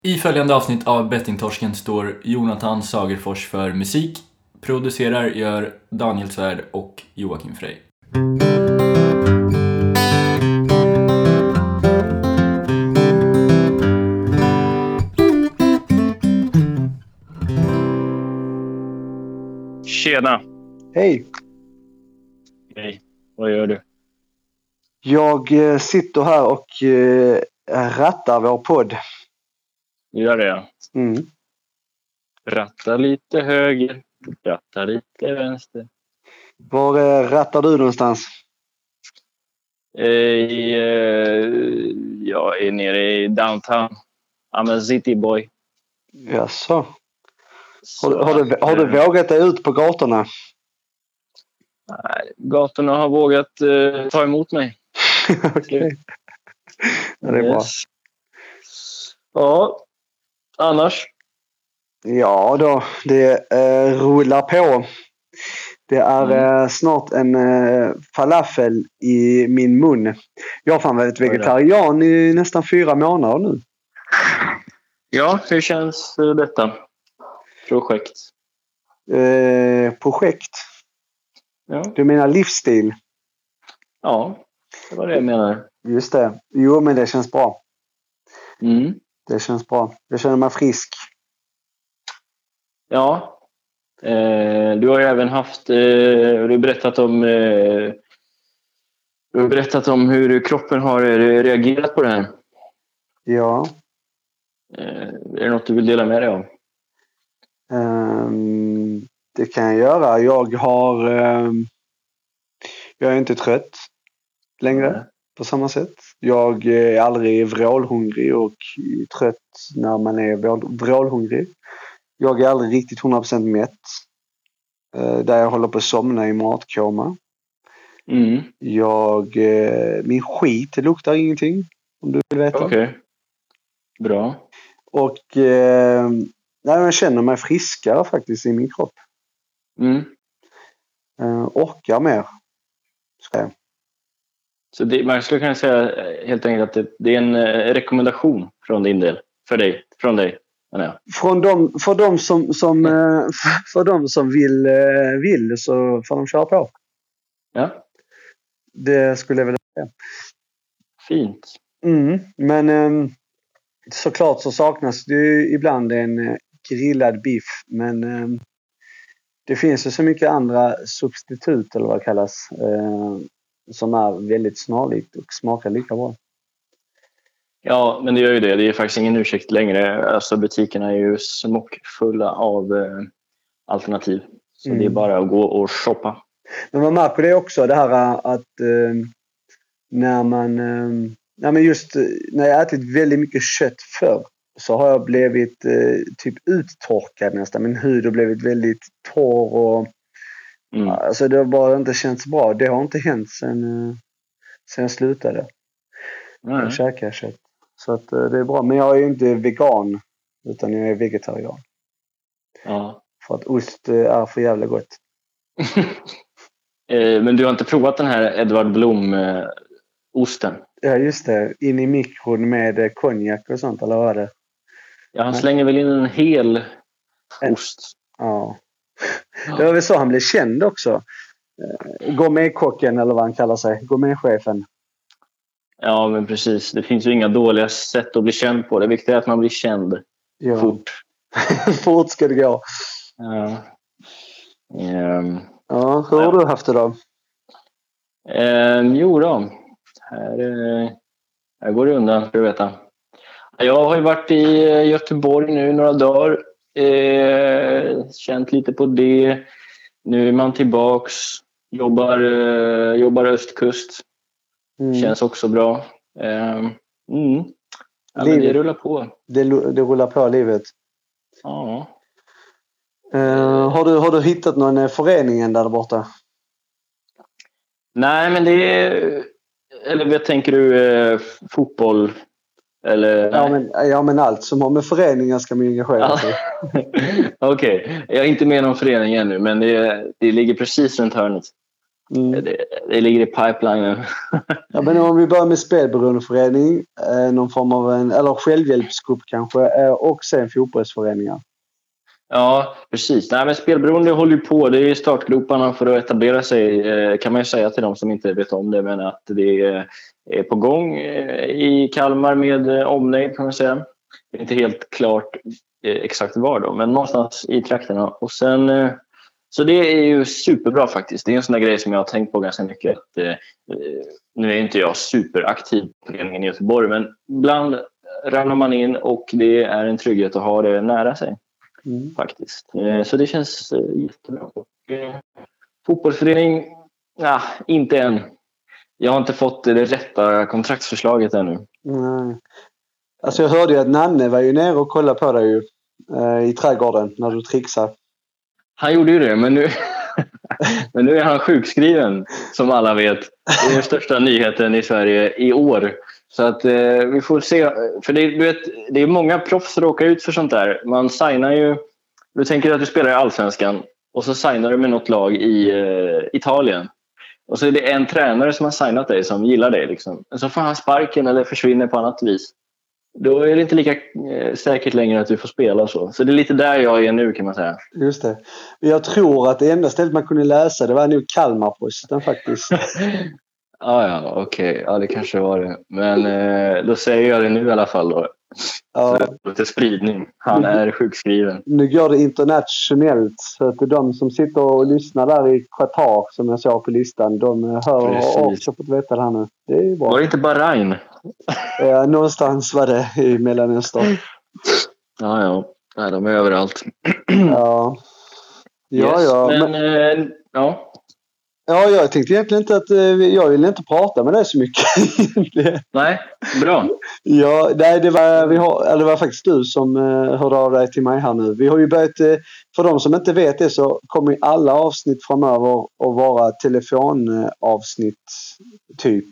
I följande avsnitt av Bettingtorsken står Jonathan Sagerfors för musik. Producerar gör Daniel Svärd och Joakim Frey. Tjena! Hej! Hej, vad gör du? Jag sitter här och rattar vår podd. Gör det? Mm. Ratta lite höger, ratta lite vänster. Var rattar du någonstans? Jag är nere i downtown. I'm a city boy. Jaså? Har du vågat dig ut på gatorna? Nej, gatorna har vågat ta emot mig. Okej. Ja, det är bra. Ja, annars? Ja då, det rullar på. Det är snart en falafel i min mun. Jag har fan varit vegetarian i nästan 4 månader nu. Ja, hur känns detta projekt? Projekt? Ja. Du menar livsstil? Ja, det var det jag menar. Just det. Jo, men det känns bra. Mm. Det känns bra. Jag känner mig frisk. Ja. Du har ju även haft... du har berättat om hur kroppen har reagerat på det här. Ja. Är det något du vill dela med dig av? Det kan jag göra. Jag är inte trött längre på samma sätt. Jag är aldrig vrålhungrig och trött när man är vrålhungrig. Jag är aldrig riktigt 100% mätt. Där jag håller på att somna i matkoma. Mm. Min skit luktar ingenting, om du vill veta. Okej. Bra. Och jag känner mig friskare faktiskt i min kropp. Mm. Orkar mer. Så man skulle kunna säga helt enkelt att det är en rekommendation från din del. Från dig. Ja. För de som vill så får de köra på. Ja. Det skulle jag vilja säga. Fint. Men såklart så saknas det ju ibland en grillad biff. Men det finns ju så mycket andra substitut eller vad det kallas. Som är väldigt snarlikt och smakar lika bra. Ja, men det gör ju det. Det är faktiskt ingen ursäkt längre. Alltså butikerna är ju smockfulla av alternativ. Så det är bara att gå och shoppa. Men man märker det också, det här att när jag ätit väldigt mycket kött förr så har jag blivit typ uttorkad nästan. Min hud har blivit väldigt torr och alltså det har bara inte känts bra. Det har inte hänt sen jag slutade. Jag käkar kött. Så att det är bra. Men jag är inte vegan utan jag är vegetarian. Ja. För att ost är för jävla gott. Men du har inte provat den här Edvard Blom-osten? Ja, just det. In i mikron med konjak och sånt, eller vad är det? Ja, han slänger väl in en hel ost. Ja. Det var väl så han blev känd också. Gourmetkocken eller vad han kallar sig. Gourmetchefen. Ja, men precis. Det finns ju inga dåliga sätt att bli känd på. Det viktiga är att man blir känd fort. Fort ska det gå. Ja. Ja, hur har du haft det då? Jo då. Här går det undan, ska du veta. Jag har ju varit i Göteborg nu några dagar. Känt lite på det. Nu är man tillbaks. Jobbar östkust. Känns också bra. Ja, men det rullar på. Det rullar på livet. Ja. Har du hittat någon förening där borta? Nej, men det är... Eller vad tänker du? Fotboll? Eller, ja, men allt som har med föreningar ska man engagera sig. Okej. Jag är inte med i någon förening ännu, men det ligger precis runt hörnet. Det ligger i pipelinen. Ja, men om vi börjar med spelberoendeförening, någon form av eller självhjälpsgrupp kanske, och sen fotbollsföreningar. Ja, precis. Nej, men spelberoende håller ju på. Det är startgroparna för att etablera sig, kan man ju säga till de som inte vet om det, men att det är på gång i Kalmar med omnejd, kan man säga. Det är inte helt klart exakt var då, men någonstans i trakterna. Och sen, så det är ju superbra faktiskt. Det är en sån där grej som jag har tänkt på ganska mycket. Att, nu är inte jag superaktiv på föreningen i Göteborg, men ibland ramlar man in och det är en trygghet att ha det nära sig. Faktiskt. Så det känns jättebra. Och, fotbollsförening, inte än. Jag har inte fått det rätta kontraktsförslaget ännu. Nej. Alltså jag hörde ju att Nanne var ju nere och kollade på dig ju, i trädgården när du trixar. Han gjorde ju det, men nu är han sjukskriven, som alla vet. Det är den största nyheten i Sverige i år. Så att vi får se. För det är många proffs som råkar ut för sånt där. Man signar ju... Du tänker att du spelar i Allsvenskan och så signar du med något lag i Italien. Och så är det en tränare som har signat dig som gillar dig. Liksom. Så får han sparken eller försvinner på annat vis. Då är det inte lika säkert längre att du får spela och så. Så det är lite där jag är nu, kan man säga. Just det. Jag tror att det enda stället man kunde läsa, det var nog Kalmarposten faktiskt. Ja, okej. Ja, det kanske var det. Men då säger jag det nu i alla fall då. Ja. Lite spridning. Han är sjukskriven. Nu går det internationellt. Så att de som sitter och lyssnar där i Qatar, som jag sa på listan, de hör och också fått veta det här nu. Det är bra. Var det inte Bahrain? Någonstans var det i Mellanöstern. Ja. Nej, de är överallt. Ja. Yes, Ja. Men, ja. Ja, jag tänkte egentligen inte att jag ville inte prata med dig så mycket. Nej, bra. Ja, nej, det var faktiskt du som hörde av dig till mig här nu. Vi har ju börjat, för de som inte vet det, så kommer alla avsnitt framöver att vara telefonavsnitt typ.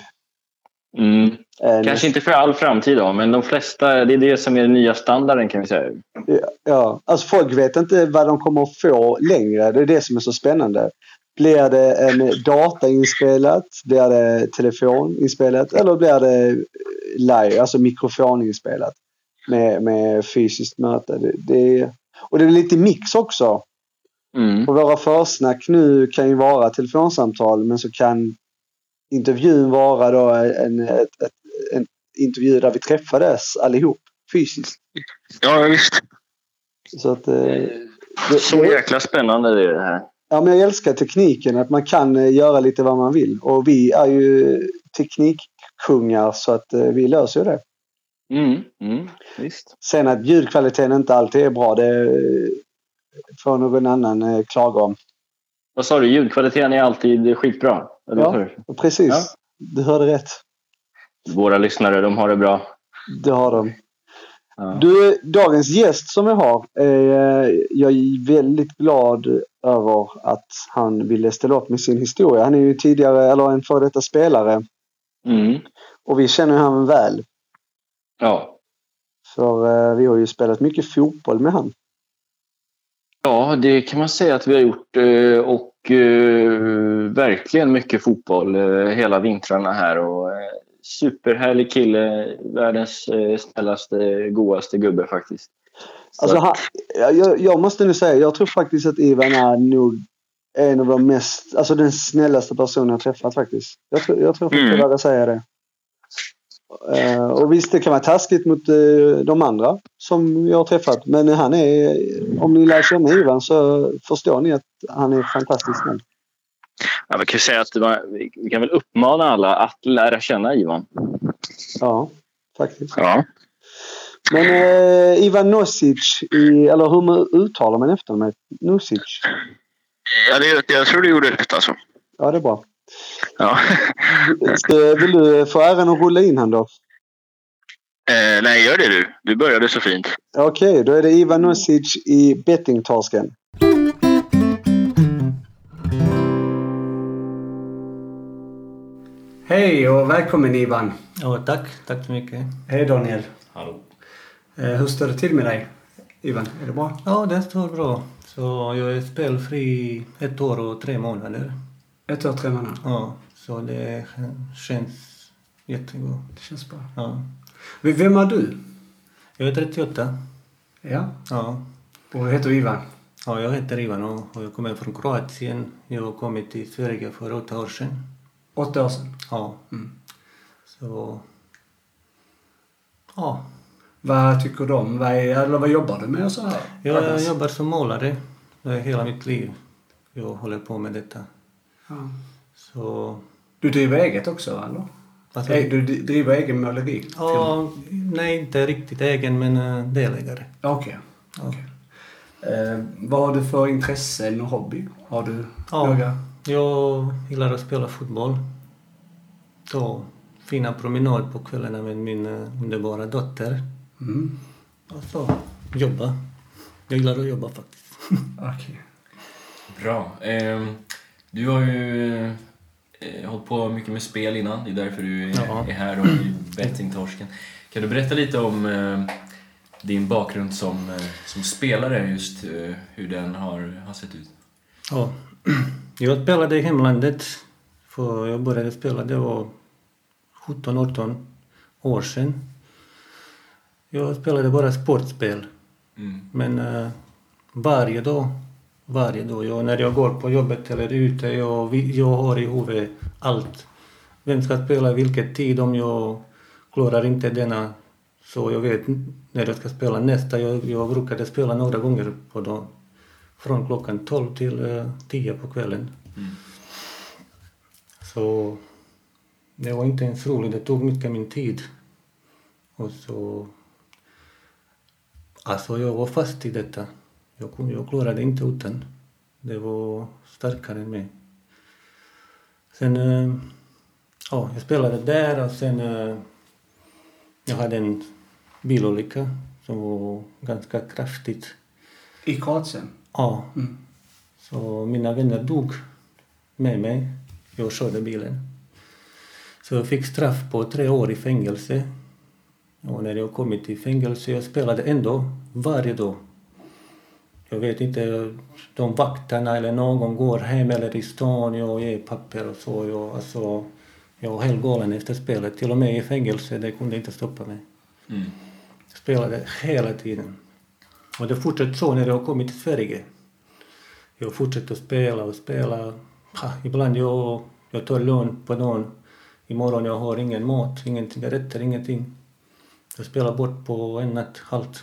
Kanske inte för all framtid då, men de flesta, det är det som är den nya standarden, kan vi säga. Ja, alltså folk vet inte vad de kommer att få längre. Det är det som är så spännande. Blir det en datainspelat? Blir det telefoninspelat? Eller blir det live, alltså mikrofoninspelat med fysiskt möte? Och det är lite mix också. Och våra försnack nu kan ju vara telefonsamtal, men så kan intervjun vara då en intervju där vi träffades allihop fysiskt. Ja, visst. Så att så jäkla spännande det här. Ja, men jag älskar tekniken, att man kan göra lite vad man vill. Och vi är ju teknikkungar, så att vi löser det. Visst. Sen att ljudkvaliteten inte alltid är bra, det får någon annan klaga om. Vad sa du? Ljudkvaliteten är alltid skitbra? Eller ja, precis. Ja. Du hörde rätt. Våra lyssnare, de har det bra. Det har de. Ja. Du, dagens gäst som jag har, jag är väldigt glad över att han ville ställa upp med sin historia. Han är ju tidigare, eller en före detta spelare. Och vi känner honom väl. Ja. För vi har ju spelat mycket fotboll med han. Ja, det kan man säga att vi har gjort. Och verkligen mycket fotboll hela vintrarna här. Och superhärlig kille. Världens snällaste, godaste gubbe faktiskt. Alltså jag måste nu säga, jag tror faktiskt att Ivan är nog en av de mest, alltså den snällaste personen jag träffat faktiskt. Jag tror faktiskt jag vågar säga det. Och visst, det kan vara taskigt mot de andra som jag har träffat, men han är, om ni lär känna Ivan så förstår ni att han är fantastisk snäll. Ja, vi kan säga att vi kan väl uppmana alla att lära känna Ivan. Ja, faktiskt. Ja. Men Ivan Nosic, eller hur uttalar man efternamnet? Nosic? Ja, jag tror du gjorde rätt alltså. Ja, det är bra. Ja. Vill du få äran att rulla in han då? Nej, gör det du. Du började så fint. Okej, då är det Ivan Nosic i bettingtorsken. Hej och välkommen Ivan. Ja, tack så mycket. Hej Daniel. Hallå. Hur står det till med dig, Ivan? Är det bra? Ja, det står bra. Så jag är spelfri 1 år och 3 månader. 1 år, 3 månader? Ja, så det känns jättegott. Det känns bra. Ja. Vem är du? Jag är 38. Ja. Ja. Och du heter Ivan? Ja, jag heter Ivan och jag kommer från Kroatien. Jag har kommit till Sverige för 8 år sedan. 8 år sedan? Ja. Mm. Så... Ja. Vad tycker du om? Vad jobbar du med och så här? Jag jobbar som målare. Det är hela mitt liv. Jag håller på med detta. Ja. Så... Du driver eget också, eller? Alltså, Du driver egen måleri? ja, nej, inte riktigt egen, men delägare. Okej. Vad har du för intressen och hobby? Har du några? Jag gillar att spela fotboll. Ta fina promenad på kvällarna med min underbara dotter. Mm. Och så jobba. Jag gillar att jobba faktiskt. Okej. Bra. Du har ju hållit på mycket med spel innan. Det är därför du är här och i bettingtorsken. Kan du berätta lite om din bakgrund som spelare, just hur den har sett ut? Ja, jag spelade i hemlandet. För jag började spela, det var 17-18 år sedan. Jag spelade bara sportspel. Men varje dag, när jag går på jobbet eller ute, jag har i huvudet allt. Vem ska spela vilket tid, om jag klarar inte denna, så jag vet när jag ska spela nästa. Jag brukade spela några gånger på dagen. Från klockan 12 till 10 på kvällen. Så det var inte ens roligt, det tog mycket min tid. Och så... Alltså jag var fast i detta. Jag klarade inte utan. Det var starkare än mig. Sen... jag spelade där och sen... jag hade en bilolycka som var ganska kraftigt. I Kroatien? Ja. Så mina vänner dog med mig. Jag körde bilen. Så jag fick straff på 3 år i fängelse. Och när jag kom till fängelse, jag spelade ändå varje dag. Jag vet inte, de vakterna eller någon går hem eller i stan, jag ger papper och så. Jag var helt galen efter spelet. Till och med i fängelse, det kunde inte stoppa mig. Jag spelade hela tiden. Och det fortsatte så när jag kom till Sverige. Jag fortsatte att spela. Ibland jag tar lön på dagen. Imorgon jag har ingen mat, ingen cigaretter, ingenting. Jag spelar bort på en natt, halvt.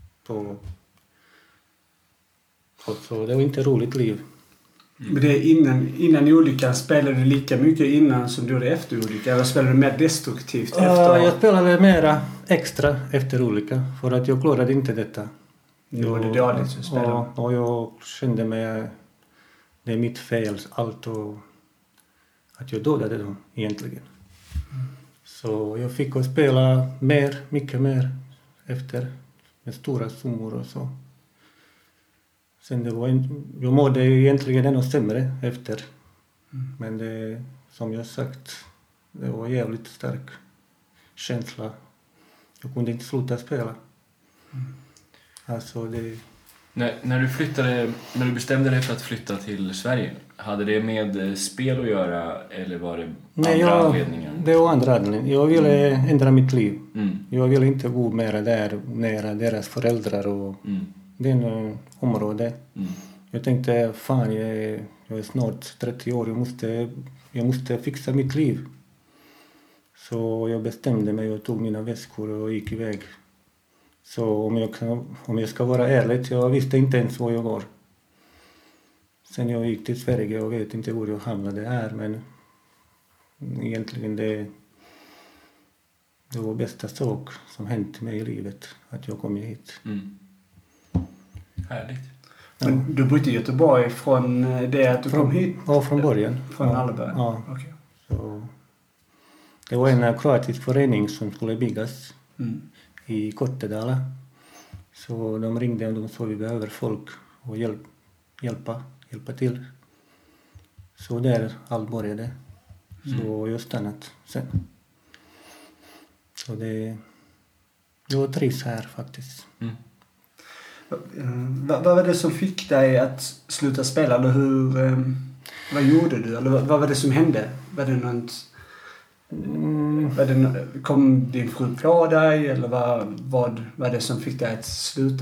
Så det var inte ett roligt liv. Men det är innan olyckan, spelade du lika mycket innan som du gjorde efter olyckan? Eller spelade du mer destruktivt efter? Jag spelade mera extra efter olyckan. För att jag klarade inte detta. Nu var det dåligt att spela. Och jag kände mig... Det är mitt fel, allt, och att jag dödade dem egentligen. Så jag fick att spela mycket mer efter, med stora summor och så. Sen jag mådde egentligen ännu sämre efter. Men det, som jag sagt, det var jävligt stark känsla. Jag kunde inte sluta spela. Alltså det... När du bestämde dig för att flytta till Sverige, hade det med spel att göra eller var det andra anledningar? Det var andra anledningar. Jag ville ändra mitt liv. Jag ville inte bo mer där nära deras föräldrar och den område. Jag tänkte, fan, jag är snart 30 år, jag måste fixa mitt liv. Så jag bestämde mig och tog mina väskor och gick iväg. Så om jag ska vara ärlig, jag visste inte ens var jag var. Sen jag gick till Sverige och vet inte hur jag hamnade här, men egentligen det var bästa sak som hänt mig i livet, att jag kom hit. Härligt. Men du bodde i Göteborg från det att du kom hit? Ja, från början. Från alla början? Ja. Okay. Så det var en kroatisk förening som skulle byggas i Kortedala. Så de ringde och de sa vi behöver folk och hjälpa till. Så där allt började. Så jag stannat sen. Så jag trivs här faktiskt. Vad var det som fick dig att sluta spela? Eller Vad gjorde du? Eller vad var det som hände? Var det något... Kom din fru på dig? Eller vad var det som fick dig att sluta?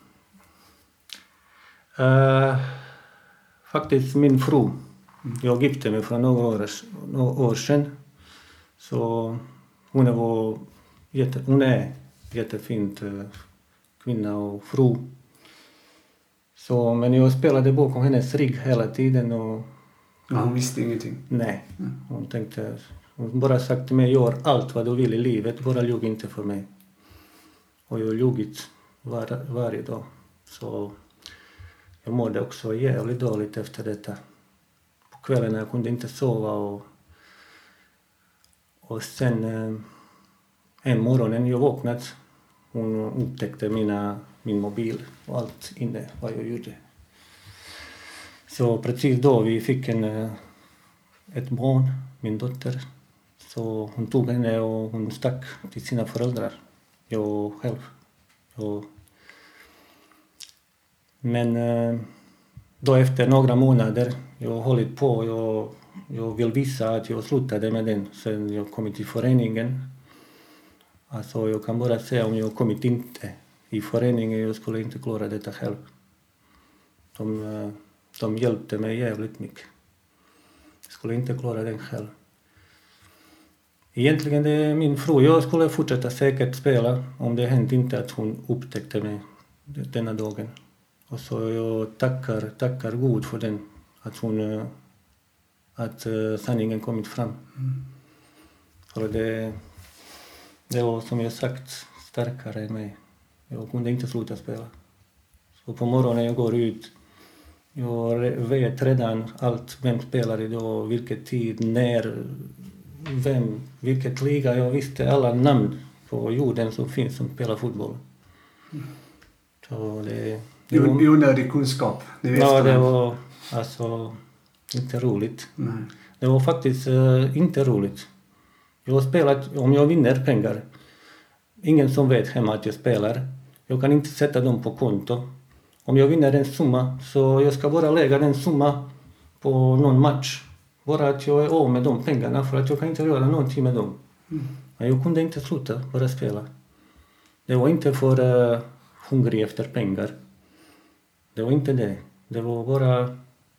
Faktiskt min fru. Jag gifte mig för några år sedan. Så hon är jättefint kvinna och fru. Så, men jag spelade bakom hennes rygg hela tiden. Och, hon visste ingenting? Nej. Hon bara sagt till mig, gör allt vad du vill i livet, bara ljug inte för mig. Och jag har ljugit varje dag. Så jag mådde också jävligt dåligt efter detta. På kvällen jag kunde inte sova. Och sen en morgon jag vaknat, hon upptäckte min mobil och allt inne vad jag gjorde. Så precis då vi fick ett barn, min dotter. Så hon tog henne och hon stack till sina föräldrar. Jag själv. Men då efter några månader, jag har hållit på, jag vill visa att jag slutade med den. Sen jag kommit till föreningen. Alltså jag kan bara säga om jag kommit inte i föreningen, jag skulle inte klara detta själv. De hjälpte mig jävligt mycket. Jag skulle inte klara den själv. Egentligen det är min fru. Jag skulle fortsätta säkert spela om det hände inte att hon upptäckte mig denna dagen. Och så jag tackar Gud för den. Att sanningen kommit fram. För det var som jag sagt starkare än mig. Jag kunde inte sluta spela. Så på morgonen jag går ut. Jag vet redan allt. Vem spelar idag, vilken tid, när, vilket liga. Jag visste alla namn på jorden som finns som spelar fotboll. Så det var onödig kunskap. Det var alltså inte roligt. Nej. Det var faktiskt inte roligt. Jag har spelat, om jag vinner pengar. Ingen som vet hemma att jag spelar. Jag kan inte sätta dem på konto. Om jag vinner en summa så jag ska bara lägga den summa på någon match. Bara att jag är av med de pengarna för att jag kan inte göra någonting med dem. Men jag kunde inte sluta bara spela. Det var inte för hungrig efter pengar. Det var inte det. Det var bara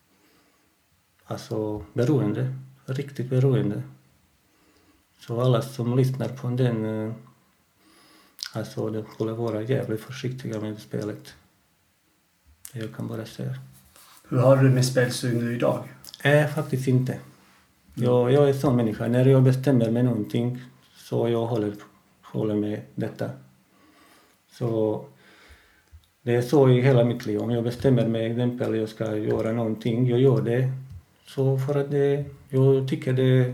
beroende. Riktigt beroende. Så alla som lyssnar på den de skulle vara jävligt försiktiga med spelet. Jag kan bara säga. Hur har du med spelsug nu idag? Faktiskt inte. Jag är sån människa. När jag bestämmer mig någonting så jag håller med detta. Så det är så i hela mitt liv. Om jag bestämmer mig exempel jag ska göra någonting, jag gör det. Så för att jag tycker det.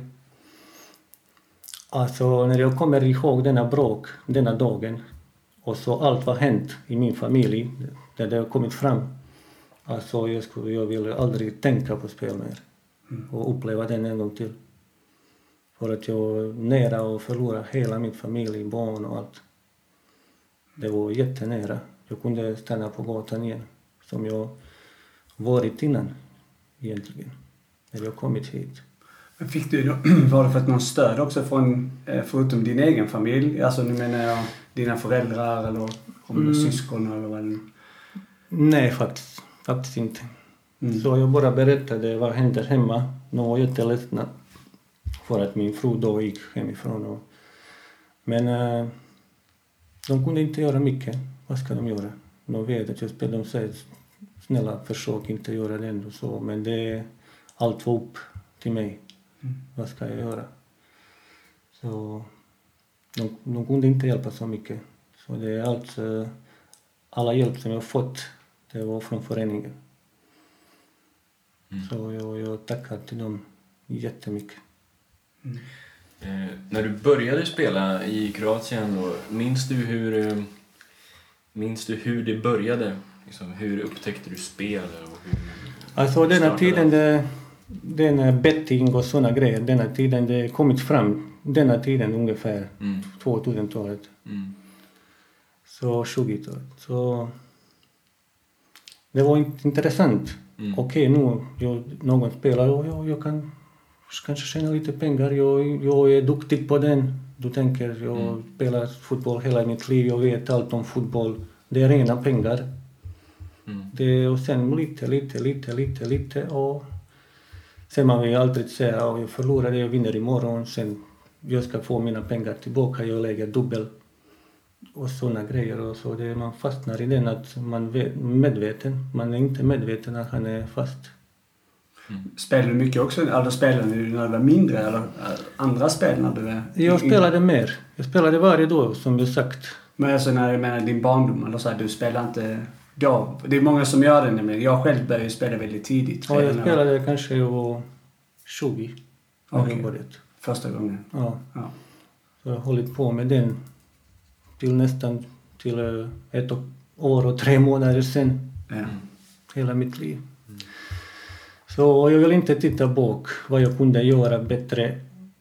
Alltså när jag kommer ihåg denna dagen och så allt vad hänt i min familj där det har kommit fram. Alltså jag vill aldrig tänka på spel mer och uppleva den en gång till. För att jag är nära att förlora hela min familj, barn och allt. Det var jättenära. Jag kunde stanna på gatan igen som jag varit innan egentligen. När jag kommit hit. Men har du fått någon stöd också förutom din egen familj? Alltså nu menar jag dina föräldrar eller syskon eller vad? Nej, faktiskt inte. Så jag bara berättade vad händer hemma. De var jätteledsna för att min fru då gick hemifrån. Men de kunde inte göra mycket. Vad ska de göra? De vet att jag spelar. De säger snälla försök inte göra det ändå så. Men allt var upp till mig. Vad ska jag göra? Så de kunde inte hjälpa så mycket. Så det är alla hjälp som jag fått, det var från föreningen. Så jag tackar till dem jättemycket. När du började spela i Kroatien då, minns du hur det började? Liksom, hur upptäckte du spel? Och alltså denna tiden den betting och såna grejer, denna tiden det kommit fram, denna tiden ungefär 2000-talet. Så 20-talet. Så det var intressant. Okej, nu någon spelar och jag kan kanske tjäna lite pengar. Jag är duktig på den. Du tänker, jag spelar fotboll hela mitt liv. Jag vet allt om fotboll. Det är rena pengar. Och sen lite. Och sen man vill alltid säga att jag förlorar, jag vinner imorgon. Sen jag ska få mina pengar tillbaka. Jag lägger dubbel. Och sådana grejer. Och så man fastnar i den att man är medveten. Man är inte medveten att han är fast. Spelar du mycket också? Eller spelade du när du var mindre? Eller andra spel när du var... Jag spelade mer. Jag spelade varje dag, som jag sagt. Men alltså när jag menar din barndom, eller så här, du spelar inte då. Det är många som gör det nämligen. Jag själv började spela väldigt tidigt. Ja, jag spelade kanske jag var 20. Okej. Första gången. Ja. Så jag har hållit på med den till nästan till 1 år och 3 månader sen. Ja. Hela mitt liv. Så jag vill inte titta bak vad jag kunde göra bättre.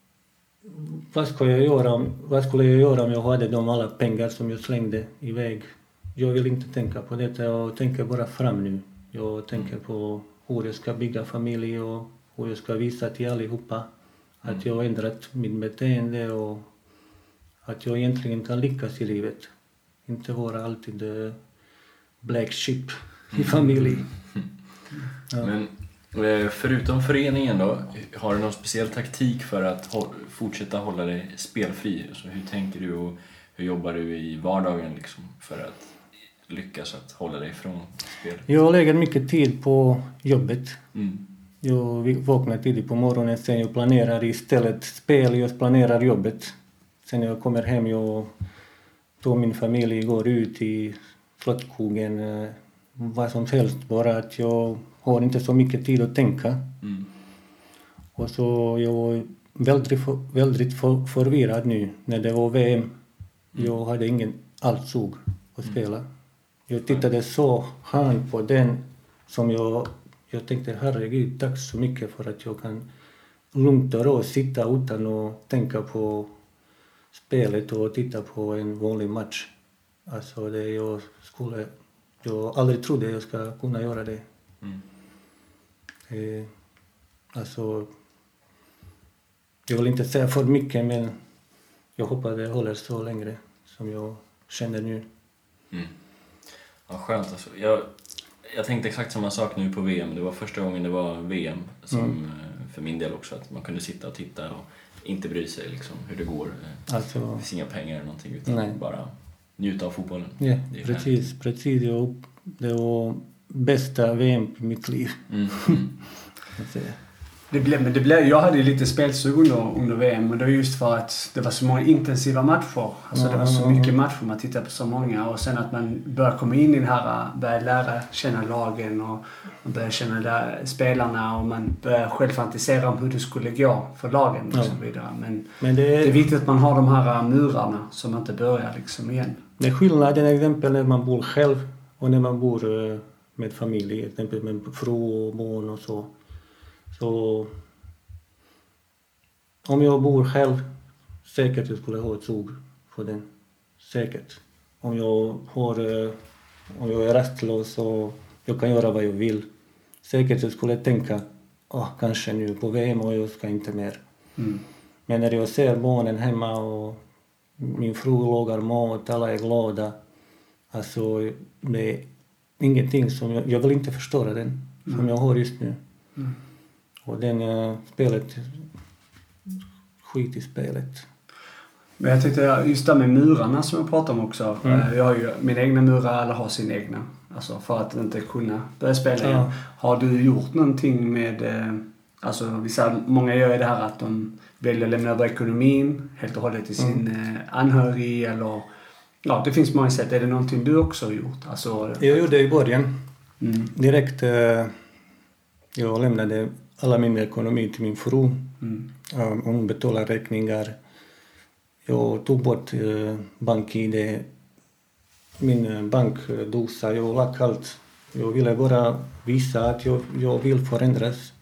Vad skulle jag göra om jag hade de alla pengar som jag slängde iväg? Jag vill inte tänka på detta. Jag tänker bara fram nu. Jag tänker på hur jag ska bygga familj och hur jag ska visa till allihopa att jag har ändrat mitt beteende och att jag egentligen kan lyckas i livet. Inte vara alltid black sheep i familj. Ja. Men förutom föreningen då, har du någon speciell taktik för att fortsätta hålla dig spelfri? Så hur tänker du och hur jobbar du i vardagen liksom för att lyckas att hålla dig från spel? Jag lägger mycket tid på jobbet. Jag vaknar tidigt på morgonen, sen jag planerar istället spel, jag planerar jobbet. Sen när jag kommer hem, jag tar min familj, går ut i Slottsskogen, vad som helst, bara att jag har inte så mycket tid att tänka. Och så jag var väldigt förvirrad nu när det var VM. Jag hade ingen alls sug att spela. Jag tittade så hand på den som jag tänkte, herregud, tack så mycket för att jag kan lugnt och ro sitta utan att tänka på spelet och titta på en vanlig match. Alltså jag aldrig trodde jag ska kunna göra det. Alltså, jag vill inte säga för mycket, men jag hoppas det håller så länge som jag känner nu. Ja, skönt alltså. Jag tänkte exakt samma sak nu på VM. Det var första gången det var VM som för min del också, att man kunde sitta och titta och inte bry sig liksom hur det går. Alltså, det finns inga pengar eller någonting, utan bara njuta av fotbollen. Ja, precis. Det var bästa VM i mitt liv. Jag hade lite spelsug under VM, och det var just för att det var så många intensiva matcher. Alltså det var så mycket matcher, man tittade på så många, och sen att man börjar komma in i den här, börjar lära känna lagen och man börjar känna spelarna, och man börjar själv fantisera om hur det skulle gå för lagen och så vidare. Men det är viktigt att man har de här murarna som man inte börjar liksom igen. Det är skillnaden exempel när man bor själv och när man bor med familj, exempel med fru och barn och så. Så om jag bor själv, säkert jag skulle ha ett sug för den. Säkert. Om jag är rastlös och jag kan göra vad jag vill. Säkert jag skulle tänka, kanske nu på VM och jag ska inte mer. Men när jag ser barnen hemma och min fru lagar mat, alla är glada. Alltså det är ingenting som jag vill inte förstöra den som jag har just nu. Och den spelet, skit i spelet. Men jag tyckte just det med murarna som jag pratade om också. Jag har ju mina egna murar, alla har sin egna. Alltså för att inte kunna börja spela igen. Har du gjort någonting med, alltså många gör det här att de väljer att lämna över ekonomin helt och hållet till sin anhörig, eller det finns många sätt. Är det någonting du också har gjort? Alltså, jag gjorde det i början. Direkt jag lämnade alla min ekonomi till min fru. Hon betalar räkningar. Jag tog bort bank-ID. Min bankdosa, jag lagt allt. Jag ville bara visa att jag vill förändras.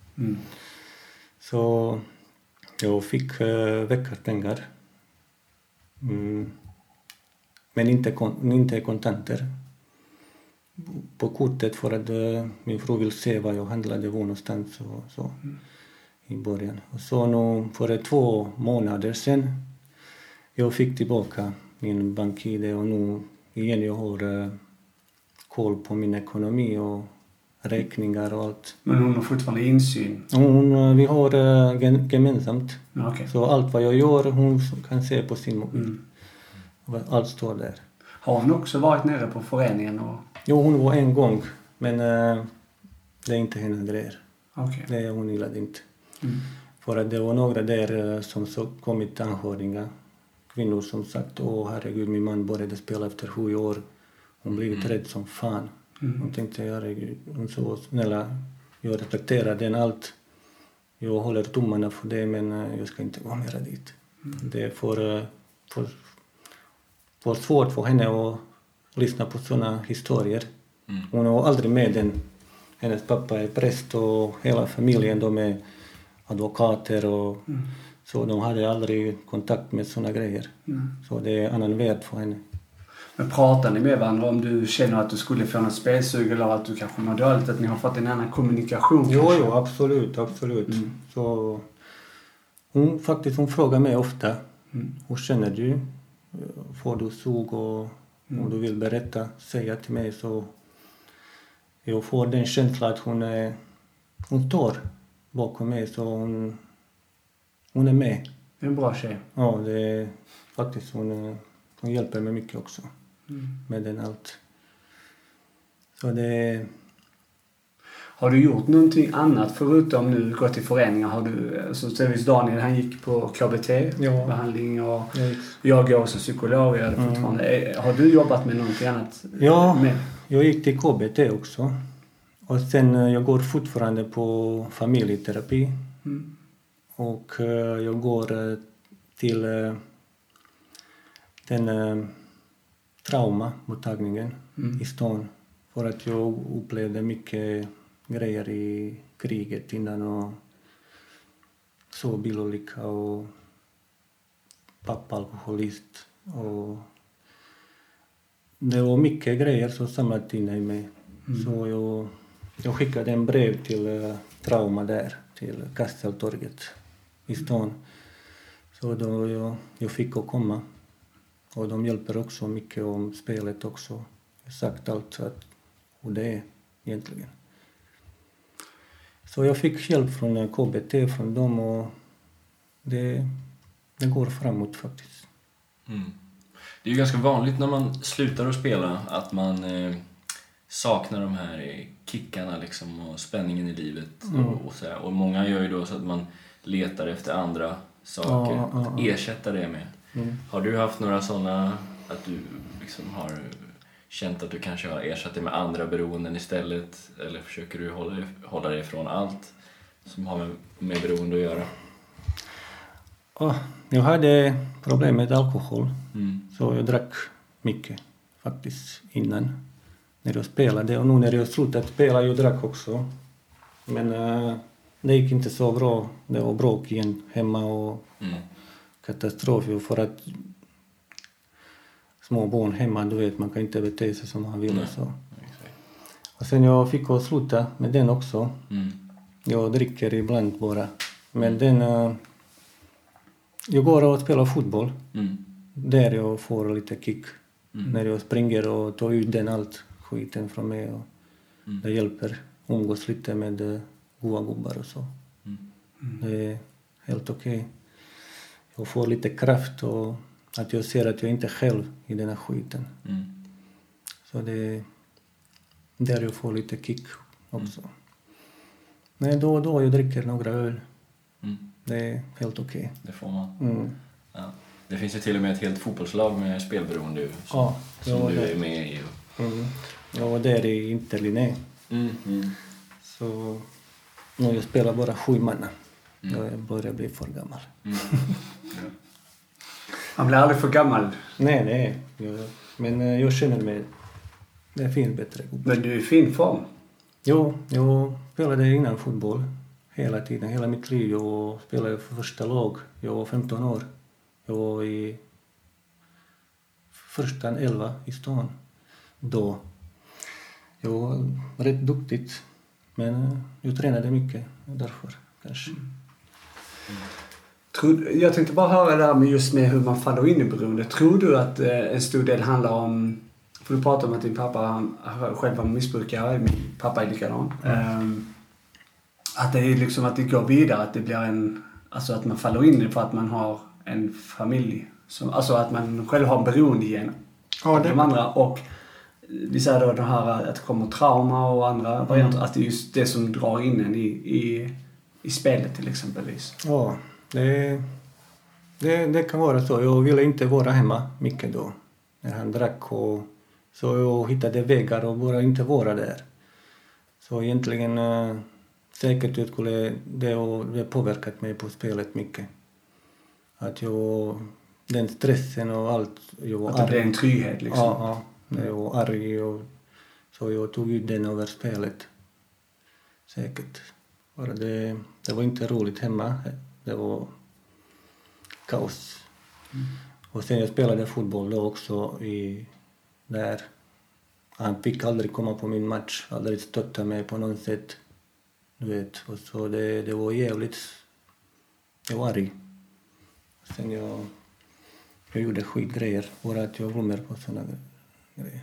Så jag fick veckapengar. Men inte kontanter. på kortet för att min fru vill se vad jag handlade var någonstans och så i början. Och så nu för 2 månader sedan jag fick tillbaka min bank-ID och nu igen jag har koll på min ekonomi och räkningar och allt. Men hon har fortfarande insyn? Vi har gemensamt. Okay. Så allt vad jag gör hon kan se på sin mobil. Allt står där. Har hon också varit nere på föreningen? Jo, hon var en gång. Men det är inte hennes grejer. Okay. Det hon gillade inte. För att det var några där som så kommit anhöriga. Kvinnor som sagt, herregud, min man började spela efter 7 år. Hon blivit rädd som fan. Hon tänkte, herregud, hon så snälla. Jag respekterar den allt. Jag håller tummarna för det, men jag ska inte gå mera dit. Det är för svårt för henne att lyssna på sådana historier. Hon har aldrig med den. Hennes pappa är präst och hela familjen, de är advokater och så de hade aldrig kontakt med sådana grejer. Så det är annan värld för henne. Men pratar ni med varandra om du känner att du skulle få något spelsug eller att du kanske mår dåligt, att ni har fått en annan kommunikation? Jo, absolut. Så hon frågar mig ofta, hur känner du? Får du sug och om du vill berätta, säga till mig, så jag får den känslan att hon står bakom mig, så hon är med. Det är en bra tjej. Ja, det är faktiskt hon hjälper mig mycket också med den allt. Så det. Har du gjort någonting annat förutom nu gått till föreningar? Har du, så Tevis Daniel, han gick på KBT-behandling och jag går som psykolog. Har du jobbat med någonting annat? Ja, jag gick till KBT också. Och sen jag går fortfarande på familjeterapi. Och jag går till den traumamottagningen i stan. För att jag upplevde mycket grejer i kriget innan och så bilolycka och pappa alkoholist. Och det var mycket grejer som samlat in i mig. Så jag skickade en brev till trauma där, till Kasteltorget i stan. Så då jag fick komma. Och de hjälper också mycket om spelet också. Jag har sagt allt hur det är egentligen. Så jag fick hjälp från KBT, från dem, och det går framåt faktiskt. Det är ju ganska vanligt när man slutar att spela att man saknar de här kickarna liksom, och spänningen i livet. Och så här. Och många gör ju då så att man letar efter andra saker att ersätta det med. Har du haft några sådana att du liksom har känt att du kanske har ersatt det med andra beroenden istället? Eller försöker du hålla dig ifrån allt som har med beroende att göra? Jag hade problem med alkohol. Så jag drack mycket faktiskt innan. När jag spelade. Och nu när jag slutade spela, jag drack också. Men det gick inte så bra. Det var bråk igen hemma och katastrof. För att små barn hemma, du vet, man kan inte bete sig som man vill. Så. Och sen jag fick sluta med den också. Jag dricker ibland bara. Men den. Jag går och spelar fotboll. Där jag får lite kick. När jag springer och tar ut den allt skiten från mig. Och det hjälper. Umgås lite med goa gubbar och så. Det är helt okej. Jag får lite kraft och att jag ser att jag inte är själv i den här skiten. Så det är där jag får lite kick också. Men då och då jag dricker några öl. Det är helt okej. Det får man. Ja. Det finns ju till och med ett helt fotbollslag med spelberoende som du är med i. Jag var där i Interlinné. Så nu jag spelar bara 7 manna. Jag börjar bli för gammal. Han blir aldrig för gammal. Nej. Men jag känner mig. Det är fint bättre. Men du är i fin form. Jo, jag spelade innan fotboll. Hela tiden, hela mitt liv. Jag spelade för första lag. Jag var 15 år. Jag var i första 11 i stan. Då. jag var rätt duktigt. Men jag tränade mycket därför kanske. Jag tänkte bara höra det här med just med hur man faller in i beroende. Tror du att en stor del handlar om, för du pratar om att din pappa själv var missbrukare, min pappa är likadan. Att det är liksom att det går vidare, att det blir alltså att man faller in i för att man har en familj. Alltså att man själv har en beroende igen. Ja, de andra. Och vi säger då det här att det kommer trauma och andra varianter. Att det är just det som drar in en i spelet till exempelvis. Ja, det kan vara så. Jag ville inte vara hemma mycket då. När han drack och så jag hittade vägar och bara inte vara där. Så egentligen säkert skulle det påverkat mig på spelet mycket. Att den stressen och allt. Att det blev en trygghet liksom. Ja. Jag var arg och så jag tog ut den över spelet. Säkert. Bara det var inte roligt hemma. Det var kaos. Och sen jag spelade fotboll då också där. Han fick aldrig komma på min match. Aldrig stötta mig på något sätt. Du vet. Och så det var jävligt. Jag var arg. Sen jag gjorde skitgrejer. Bara att jag glömmer på sådana grejer.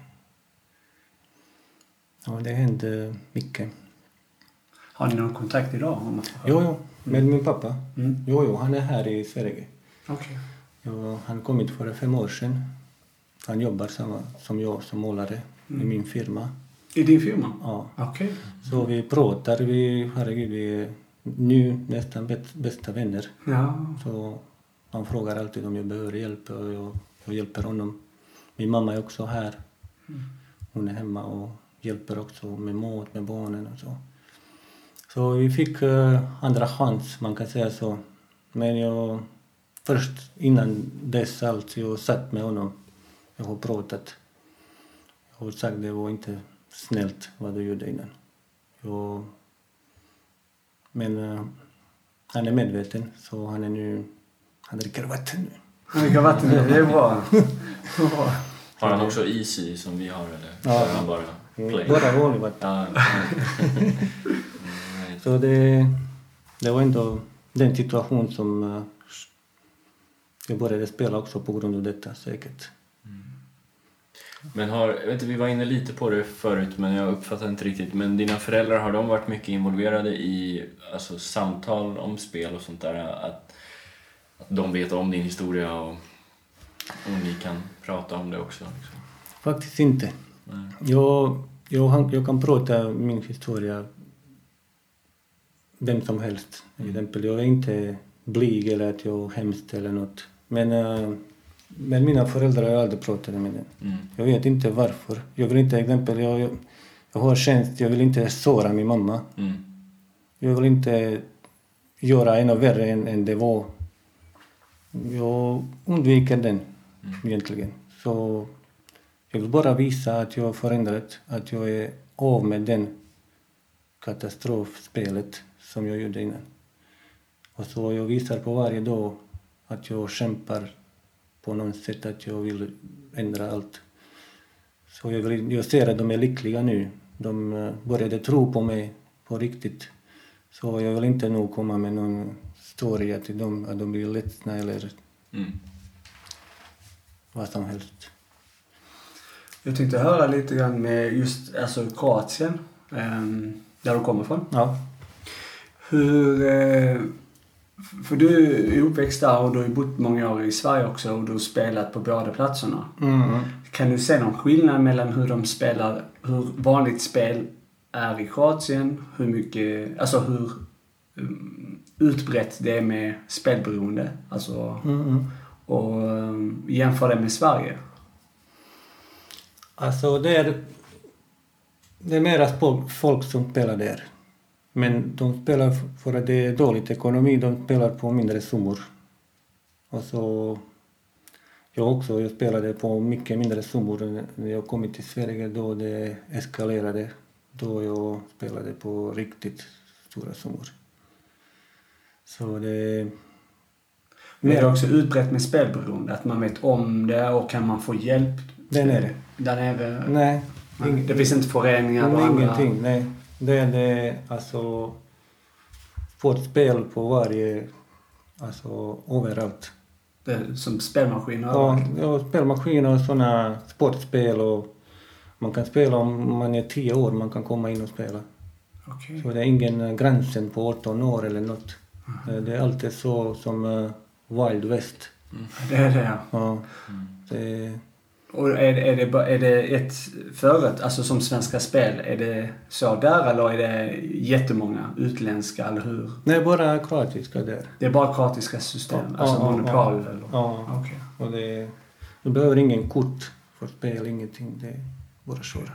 Ja, det hände mycket. Har ni någon kontakt idag? Jo, med min pappa. Jo, han är här i Sverige. Okej. Han kom hit för 5 år sedan. Han jobbar samma som jag som målare i min firma. I din firma? Ja. Okej. Så vi pratar, vi är nu nästan bästa vänner. Ja. Så han frågar alltid om jag behöver hjälp och jag hjälper honom. Min mamma är också här. Hon är hemma och hjälper också med mat, med barnen och så. Så vi fick andra chans, man kan säga så. Men först innan dess allt, jag satt med honom. Jag har pratat. Jag har sagt det var inte snällt vad du gjorde innan. Men han är medveten, så han dricker vatten nu. Han dricker vatten nu, det är bra. Har han också Easy som vi har eller? Ja. Han bara play? Bara vanlig vatten. Så det var ändå den situation som jag började spela också på grund av detta säkert. Men vi var inne lite på det förut men jag uppfattar inte riktigt. Men dina föräldrar, har de varit mycket involverade i samtal om spel och sånt där? Att de vet om din historia och ni kan prata om det också? Liksom. Faktiskt inte. Nej. Jag kan prata min historia vem som helst. Till exempel, jag är inte blyg eller att jag är hemskt eller något. Men mina föräldrar har jag aldrig pratat med den. Jag vet inte varför. Jag vill inte, exempel, jag har tjänst, jag vill inte såra min mamma. Jag vill inte göra ännu värre än det var. Jag undviker den egentligen. Så jag vill bara visa att jag har förändrat, att jag är av med den katastrofspelet som jag gjorde innan. Och så jag visar på varje dag att jag kämpar på något sätt, att jag vill ändra allt. Så jag ser att de är lyckliga nu. De började tro på mig på riktigt. Så jag vill inte nog komma med någon story till dem att de blir ledsna eller vad som helst. Jag tänkte höra lite grann med just Kroatien, där du kommer ifrån. Ja. För du är uppväxt där och du har bott många år i Sverige också och du har spelat på båda platserna. Kan du se någon skillnad mellan hur vanligt spel är i Kroatien, hur utbrett det är med spelberoende, och jämför det med Sverige? Alltså det är mera folk som spelar där. Men de spelar för att det är dåligt ekonomi, de spelar på mindre summor. Och så jag spelade på mycket mindre summor när jag kom till Sverige, då det eskalerade. Då jag spelade på riktigt stora summor. Så det... Men är det också utbrett med spelberoende? Att man vet om det och kan man få hjälp? Där nere? Där nere? Nej, Det finns inte föreningar? Ingenting, nej. Det är det, alltså, sportspel på varje, alltså överallt. Det är som spelmaskiner? Ja, spelmaskiner och sådana sportspel, och man kan spela om man är 10 år, man kan komma in och spela. Okay. Så det är ingen gränsen på 18 år eller något. Det är alltid så som Wild West. Det är det, ja. Det... Och är det ett företag, alltså som Svenska Spel, är det så där eller är det jättemånga utländska, eller hur? Nej, bara kroatiska där. Det är bara kroatiska system, alltså monopol eller? Ja, okay. Och du behöver ingen kort för spel, ingenting, det är bara köra.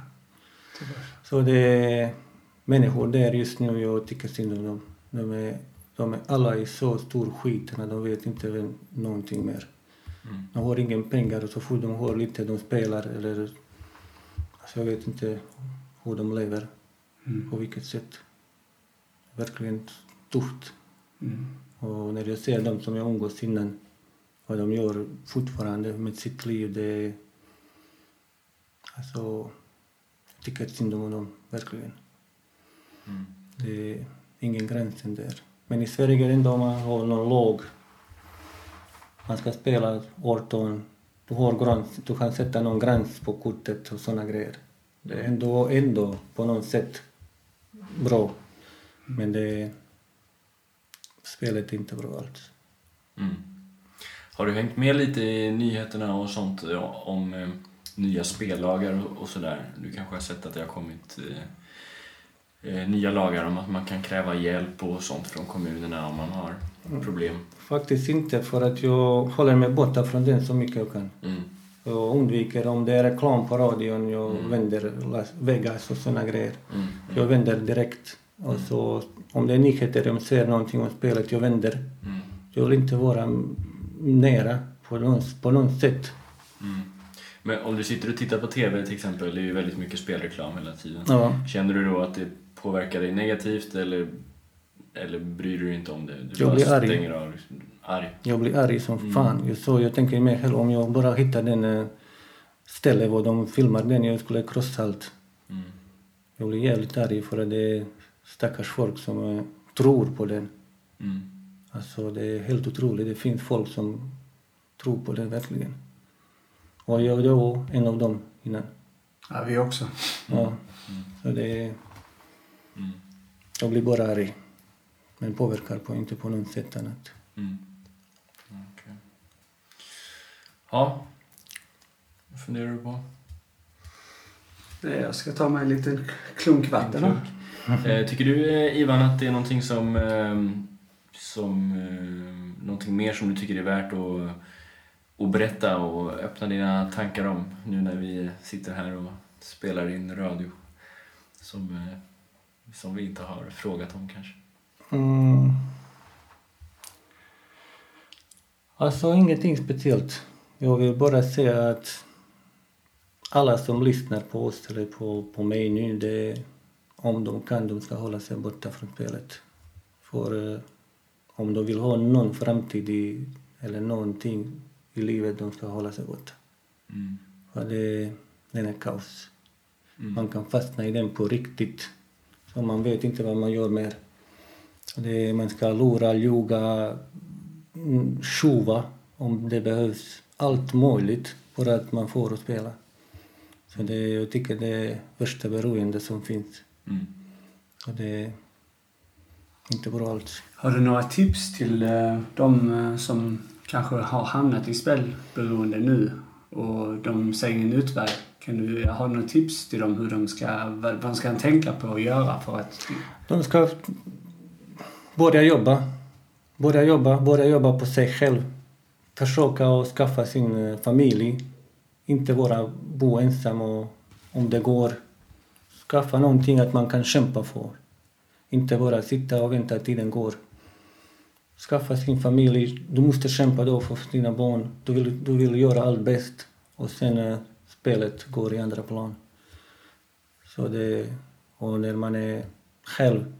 Så det är människor där just nu, jag tycker synd om dem. De är alla i så stor skit när de vet inte någonting mer. De har ingen pengar, och så får de ha lite, de spelar, eller alltså jag vet inte hur de lever, på vilket sätt. Verkligen tufft. Och när jag ser dem som jag umgås innan, vad de gör fortfarande med sitt liv, det är, alltså, jag tycker synd om dem, verkligen. Det är ingen gränsen där. Men i Sverige är det ändå man har någon låg. Man ska spela 18. Du kan sätta någon gräns på kortet och såna grejer. Det är ändå på något sätt bra. Men spelet är inte bra alls. Har du hängt med lite i nyheterna och sånt om nya spellagar och sådär? Du kanske har sett att det har kommit nya lagar om att man kan kräva hjälp och sånt från kommunerna om man har problem. Faktiskt inte, för att jag håller mig borta från den så mycket jag kan. Jag undviker, om det är reklam på radion, jag vänder Las Vegas och såna grejer. Jag vänder direkt. Och så, om det är nyheter, de ser någonting om spelet, jag vänder. Jag vill inte vara nära på något sätt. Men om du sitter och tittar på tv till exempel, det är ju väldigt mycket spelreklam hela tiden. Ja. Känner du då att det påverkar dig negativt, eller bryr du dig inte om det? Jag blir arg. Jag blir arg som fan. Jag tänker mig själv, om jag bara hittar den ställe där de filmar den, jag skulle krossa allt. Jag blir jävligt arg, för att det är stackars folk som tror på den. Alltså det är helt otroligt. Det finns folk som tror på den verkligen. Och jag var en av dem innan. Ja, vi också. Ja, så det är... Jag blir bara arg. Men påverkar inte på något sätt annat. Okay. Ja. Vad funderar du på? Jag ska ta mig en liten klunk vatten. Tycker du, Ivan, att det är någonting någonting mer som du tycker är värt att berätta och öppna dina tankar om, nu när vi sitter här och spelar in radio som vi inte har frågat om kanske? Alltså ingenting speciellt. Jag vill bara säga att alla som lyssnar på oss eller på mig nu, om de kan, de ska hålla sig borta från spelet. För om de vill ha någon framtid eller någonting i livet, de ska hålla sig borta. För den är kaos. Man kan fastna i den på riktigt. Så man vet inte vad man gör mer. Man ska lura, ljuga, tjuva om det behövs. Allt möjligt för att man får spela. Så jag tycker det är värsta beroende som finns. Och det är inte bra alls. Har du några tips till de som kanske har hamnat i spelberoende nu och de ser ingen utväg? Kan du ha några tips till dem vad de ska tänka på och göra för att... De ska börja jobba på sig själv. Försöka att skaffa sin familj. Inte bara bo ensam, och om det går skaffa någonting att man kan kämpa för. Inte bara sitta och vänta att tiden går. Skaffa sin familj. Du måste kämpa då för dina barn. Du vill göra allt bäst. Och sen spelet går i andra plan. Så och när man är själv.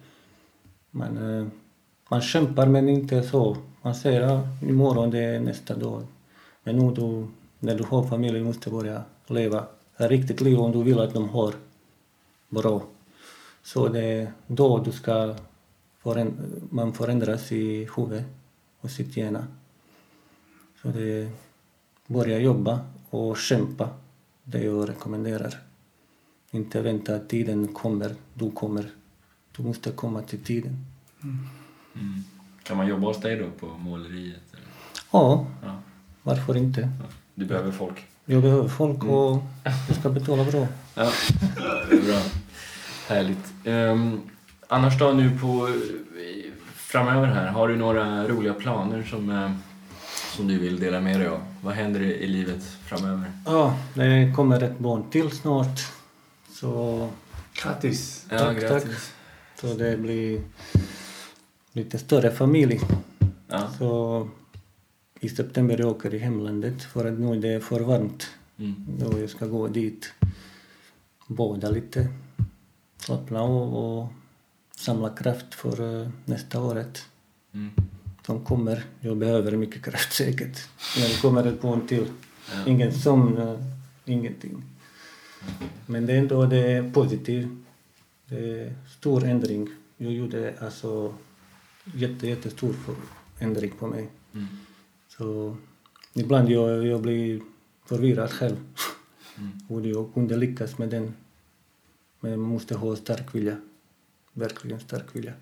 Man kämpar, men inte så. Man säger imorgon det är nästa dag. Men nu när du har familj måste börja leva ett riktigt liv om du vill att de har bra. Så det är då du ska man förändras i huvudet och sitt hjärna. Så det börja jobba och kämpa. Det jag rekommenderar. Inte vänta att tiden kommer. Du måste komma till tiden. Kan man jobba hos dig då på måleriet? Eller? Ja, varför inte? Ja. Du behöver folk. Jag behöver folk och jag ska betala bra. Ja, det är bra. Härligt. Annars då nu på framöver här, har du några roliga planer som du vill dela med dig av? Vad händer i livet framöver? Ja, det kommer ett barn till snart. Så Grattis! Ja, tack. Så det blir lite större familj. Ja. Så i september jag åker i hemlandet för att nu är det för varmt. Då jag ska gå dit, bada lite, slappna av och samla kraft för nästa året. Som kommer. Jag behöver mycket kraft säkert. Men det kommer ett barn till. Ja. Ingen sömn, ingenting. Men det är ändå positivt. Det är stor ändring. Jag gjorde alltså jättestor ändring på mig. Så ibland jag blir förvirrad själv. Och jag kunde lyckas med den. Men man måste ha stark vilja. Verkligen stark vilja.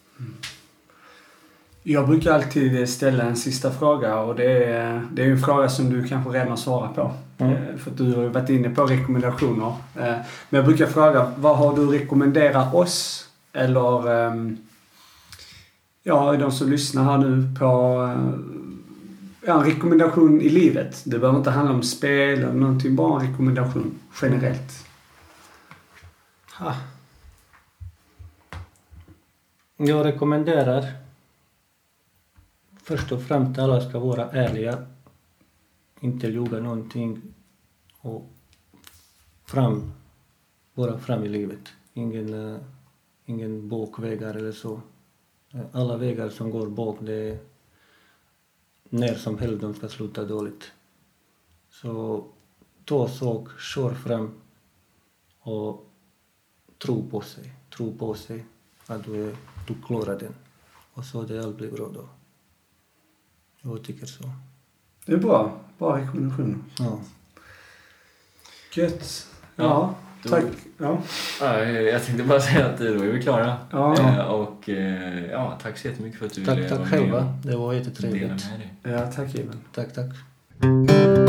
Jag brukar alltid ställa en sista fråga och det är en fråga som du kanske redan har svarat på. För att du har varit inne på rekommendationer. Men jag brukar fråga, vad har du rekommenderat oss? Eller de som lyssnar här nu på en rekommendation i livet. Det behöver inte handla om spel eller någonting, bara en rekommendation generellt. Jag rekommenderar först och främst alla ska vara ärliga, inte ljuga någonting och bara fram i livet. Ingen bakvägar eller så. Alla vägar som går bak, det är när som helst de ska sluta dåligt. Så ta sak, kör fram och tro på sig att du klarar den. Och så det allt blir bra då. Jag tycker så. Det är bra rekommendation. Ja. Gött. Ja, tack. Ja. Jag tänkte bara säga att då är vi klara. Ja. Och tack så jättemycket för att du Tack själva. Det var jättetrevligt. Ja, tack Ivan. Tack.